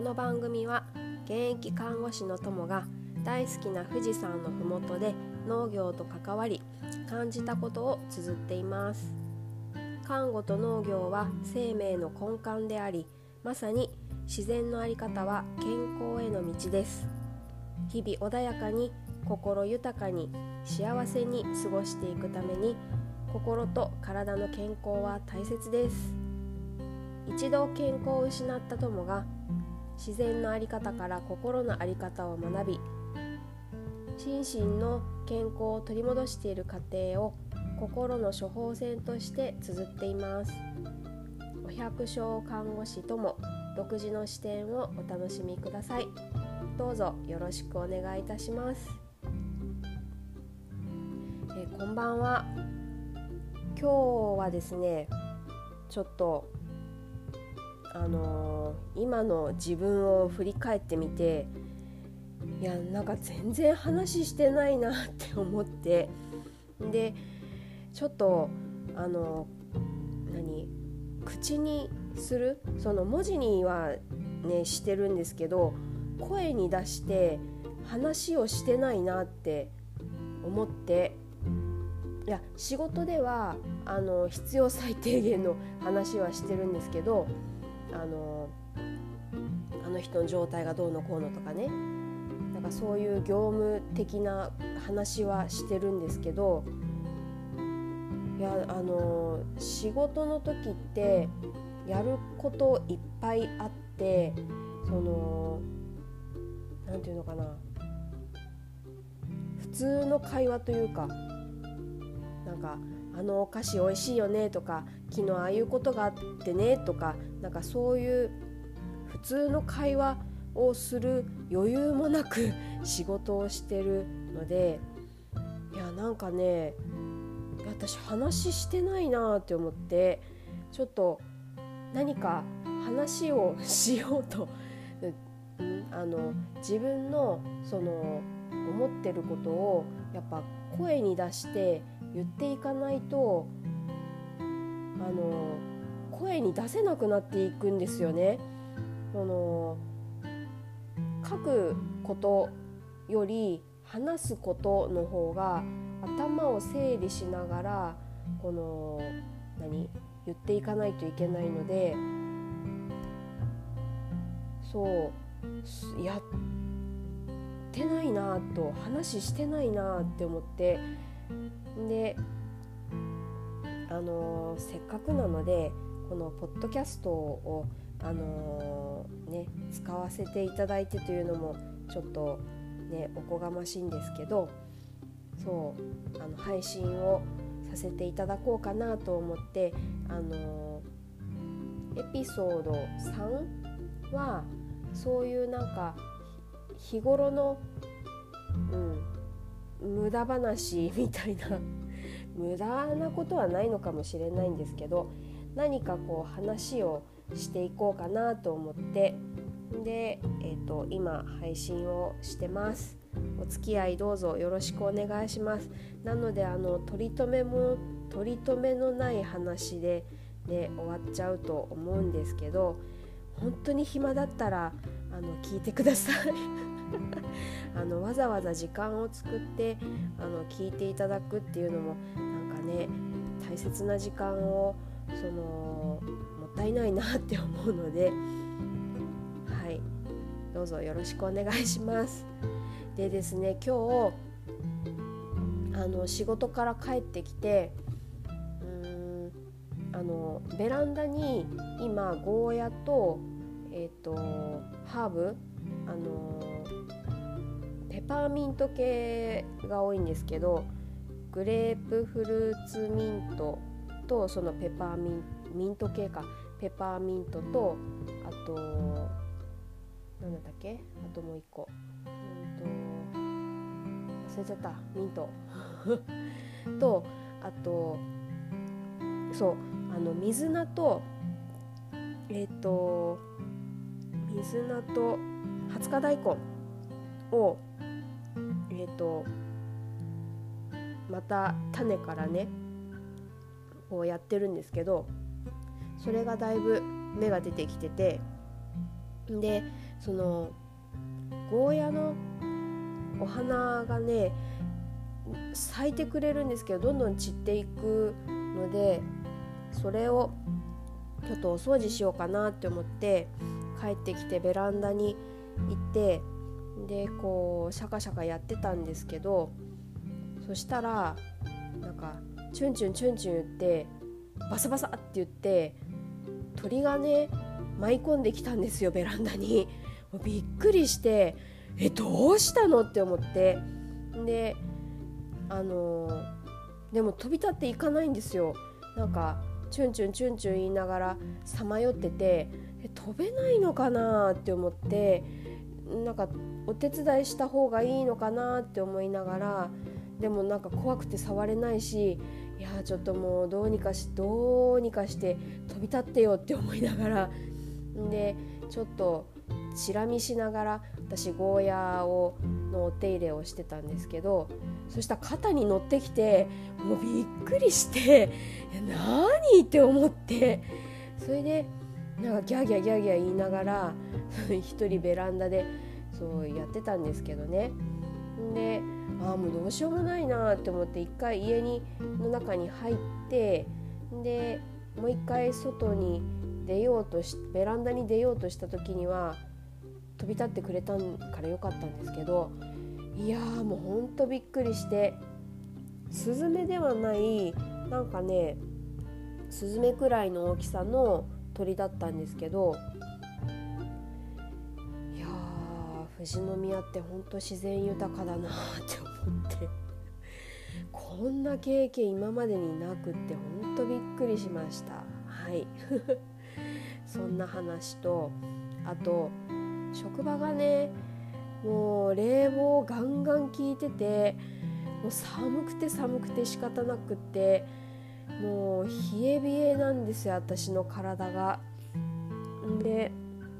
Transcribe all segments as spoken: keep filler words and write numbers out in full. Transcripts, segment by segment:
の番組は現役看護師の友が大好きな富士山のふもとで農業と関わり感じたことを綴っています。看護と農業は生命の根幹であり、まさに自然のあり方は健康への道です。日々穏やかに心豊かに幸せに過ごしていくために心と体の健康は大切です。一度健康を失った友が自然のあり方から心のあり方を学び、心身の健康を取り戻している過程を心の処方箋として綴っています。お百姓看護師友独自の視点をお楽しみください。どうぞよろしくお願いいたします。えー、こんばんは。今日はですね、ちょっとあのー、今の自分を振り返ってみて、いやなんか全然話してないなって思って、でちょっとあの何口にするその文字にはねしてるんですけど、声に出して話をしてないなって思って、いや仕事ではあの必要最低限の話はしてるんですけど、あのあの人の状態がどうのこうのとかね、なんかそういう業務的な話はしてるんですけど、いやあの仕事の時ってやることいっぱいあって、そのなんていうのかな、普通の会話というか、なんかあのお菓子おいしいよねとか、昨日ああいうことがあってねとか、なんかそういう普通の会話をする余裕もなく仕事をしてるので、いやなんかね、私話してないなって思って、ちょっと何か話をしようとあの自分のその思ってることをやっぱ声に出して言っていかないと、あの声に出せなくなっていくんですよね。その書くことより話すことの方が頭を整理しながらこの何言っていかないといけないので、そうやってないなと、話してないなって思って、であのせっかくなのでこのポッドキャストをあのーね、使わせていただいてというのもちょっとねおこがましいんですけど、そうあの配信をさせていただこうかなと思って、あのー、エピソードさんはそういうなんか日頃の、うん、無駄話みたいな無駄なことはないのかもしれないんですけど、何かこう話をしていこうかなと思って、で、えーと、今配信をしてます。お付き合いどうぞよろしくお願いします。なのであの取り留めも取り留めのない話で、ね、終わっちゃうと思うんですけど、本当に暇だったらあの聞いてくださいあのわざわざ時間を作ってあの聞いていただくっていうのもなんかね、大切な時間をそのもったいないなって思うので、はい、どうぞよろしくお願いします。でですね、今日あの仕事から帰ってきて、うーんあのベランダに今ゴーヤと、えーと、ハーブ、あのペパーミント系が多いんですけど、グレープフルーツミントとそのペパーミンミント系かペパーミントと、あとなんだったっけ、あともう一個、うんと忘れちゃった、ミントと、あとそうあの水菜とえっ、ー、と水菜とはつか大根をえっ、ー、とまた種からねこうやってるんですけど、それがだいぶ芽が出てきてて、でそのゴーヤのお花がね咲いてくれるんですけど、どんどん散っていくので、それをちょっとお掃除しようかなって思って帰ってきてベランダに行って、でこうシャカシャカやってたんですけど、そしたらなんかチュンチュンチュンチュン言ってバサバサって言って鳥がね舞い込んできたんですよ、ベランダに。もうびっくりして、えどうしたのって思って、であのー、でも飛び立っていかないんですよ。なんかチュンチュンチュンチュン言いながらさまよってて、え飛べないのかなって思って、なんかお手伝いした方がいいのかなって思いながら、でもなんか怖くて触れないし、いやちょっともうどうにかしどうにかして飛び立ってよって思いながら、でちょっとチラ見しながら私ゴーヤをのお手入れをしてたんですけど、そしたら肩に乗ってきて、もうびっくりして、何って思って、それでなんかギャーギャーギャーギャー言いながら一人ベランダでそうやってたんですけどね。でああもうどうしようもないなって思って一回家にの中に入って、でもう一回外に出ようとしベランダに出ようとした時には飛び立ってくれたからよかったんですけど、いやーもうほんとびっくりして、スズメではないなんかねスズメくらいの大きさの鳥だったんですけど、いやー富士宮ってほんと自然豊かだなって思ってこんな経験今までになくってほんとびっくりしました。はいそんな話と、あと職場がねもう冷房ガンガン効いてて、もう寒くて寒くて仕方なくって、もう冷え冷えなんですよ私の体が。で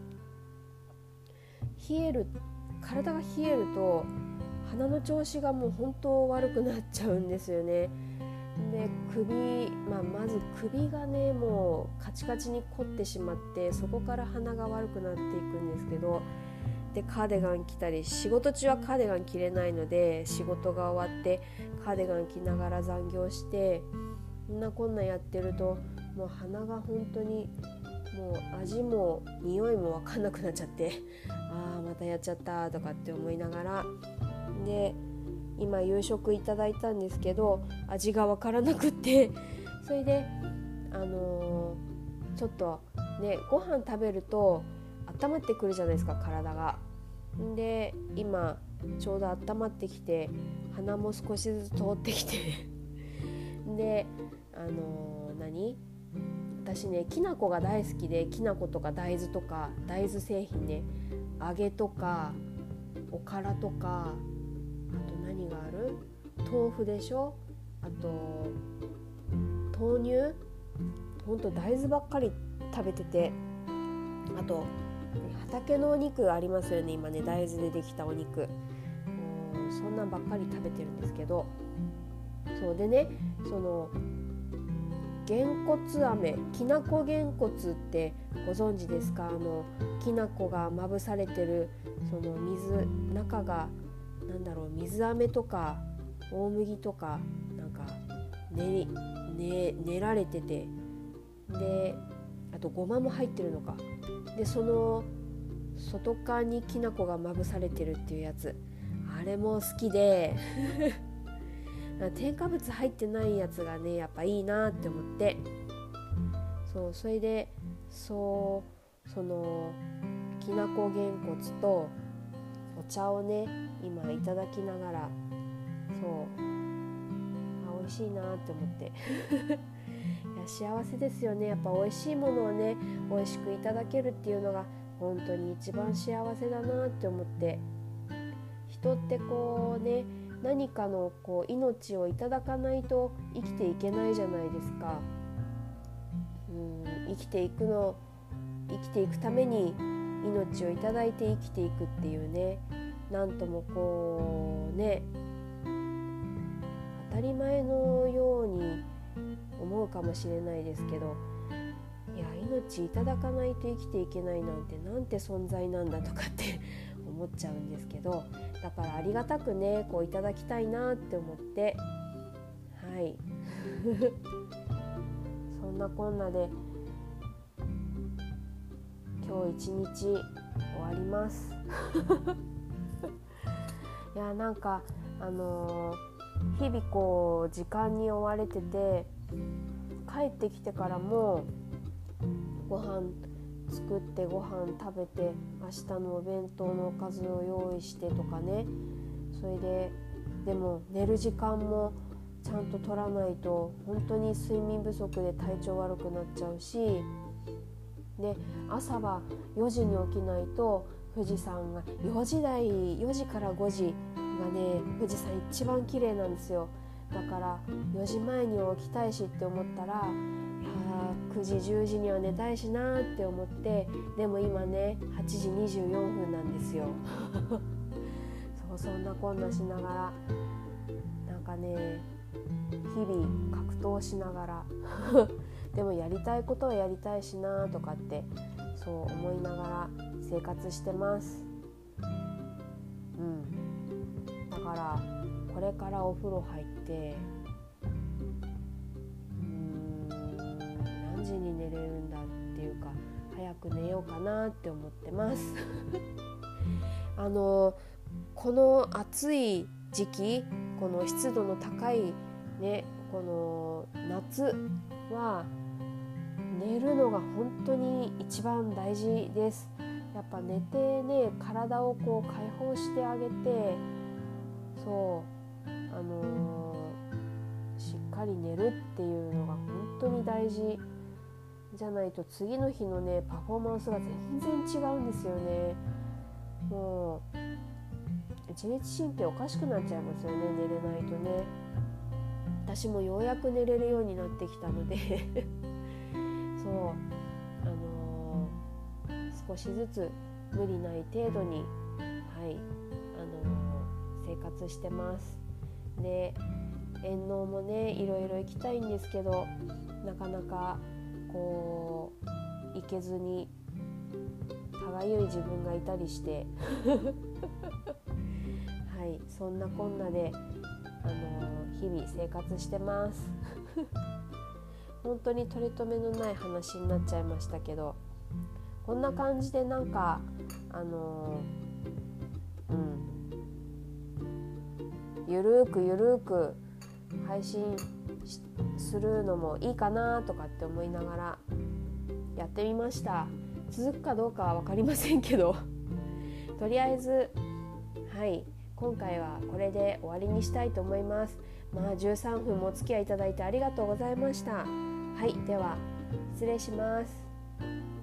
冷える体が冷えると鼻の調子がもう本当悪くなっちゃうんですよね。で首、まあ、まず首がねもうカチカチに凝ってしまって、そこから鼻が悪くなっていくんですけど、でカーデガン着たり、仕事中はカーデガン着れないので仕事が終わってカーデガン着ながら残業して、こんなこんなやってるともう鼻が本当にもう味も匂いも分かんなくなっちゃって、あーまたやっちゃったとかって思いながら、で今夕食いただいたんですけど味が分からなくって、それであのー、ちょっとねご飯食べると温まってくるじゃないですか体が。で今ちょうど温まってきて鼻も少しずつ通ってきてであのー、何私ねきな粉が大好きで、きな粉とか大豆とか大豆製品ね、揚げとかおからとか、あと何がある、豆腐でしょ、あと豆乳、ほんと大豆ばっかり食べてて、あと畑のお肉ありますよね今ね、大豆でできたお肉、うん、そんなんばっかり食べてるんですけど、そうでね、そのげんこつ飴、きなこげんこつってご存知ですか？あのきなこがまぶされてる、その水、中がなんだろう、水飴とか大麦とかなんか練り、ね、練られてて、であとごまも入ってるのか、でその外側にきなこがまぶされてるっていうやつ、あれも好きで添加物入ってないやつがねやっぱいいなって思って、そうそれでそうそのきなこげんこつとお茶をね今いただきながら、そうあ美味しいなって思っていや幸せですよね、やっぱ美味しいものをね美味しくいただけるっていうのが本当に一番幸せだなって思って、人ってこうね何かのこう命をいただかないと生きていけないじゃないですか。うん生きていくの生きていくために命をいただいて生きていくっていうね、なんともこうね当たり前のように思うかもしれないですけど、 いや命いただかないと生きていけないなんてなんて存在なんだとかって思っちゃうんですけど、だからありがたくねこういただきたいなって思って、はいそんなこんなで今日一日終わりますいやなんかあのー、日々こう時間に追われてて、帰ってきてからもご飯作ってご飯食べて明日のお弁当のおかずを用意してとかね、それででも寝る時間もちゃんと取らないと本当に睡眠不足で体調悪くなっちゃうし、で朝はよじに起きないと富士山がよじ台よじからごじがね富士山一番綺麗なんですよ。だからよじまえには起きたいしって思ったら、くじじゅうじには寝たいしなって思って、でも今ねはちじにじゅうよんふんなんですよそうそんなこんなしながらなんかね日々格闘しながらでもやりたいことはやりたいしなとかってそう思いながら生活してます。うんだからこれからお風呂入って何時に寝れるんだっていうか早く寝ようかなって思ってますあのこの暑い時期、この湿度の高いねこの夏は寝るのが本当に一番大事です。やっぱ寝てね体をこう解放してあげて、そうあのー、しっかり寝るっていうのが本当に大事じゃないと次の日のねパフォーマンスが全然違うんですよね。もう自律神経おかしくなっちゃいますよね、寝れないとね。私もようやく寝れるようになってきたのでそうあのー、少しずつ無理ない程度にはいあのー、生活してます。で遠納もねいろいろ行きたいんですけど、なかなかこう行けずに歯がゆい自分がいたりしてはいそんなこんなであの日々生活してます本当に取り留めのない話になっちゃいましたけど、こんな感じでなんかあのうんゆるーくゆるーく配信するのもいいかなとかって思いながらやってみました。続くかどうかは分かりませんけどとりあえずはい今回はこれで終わりにしたいと思います。まあじゅうさんぷんもお付き合いいただいてありがとうございました。はいでは失礼します。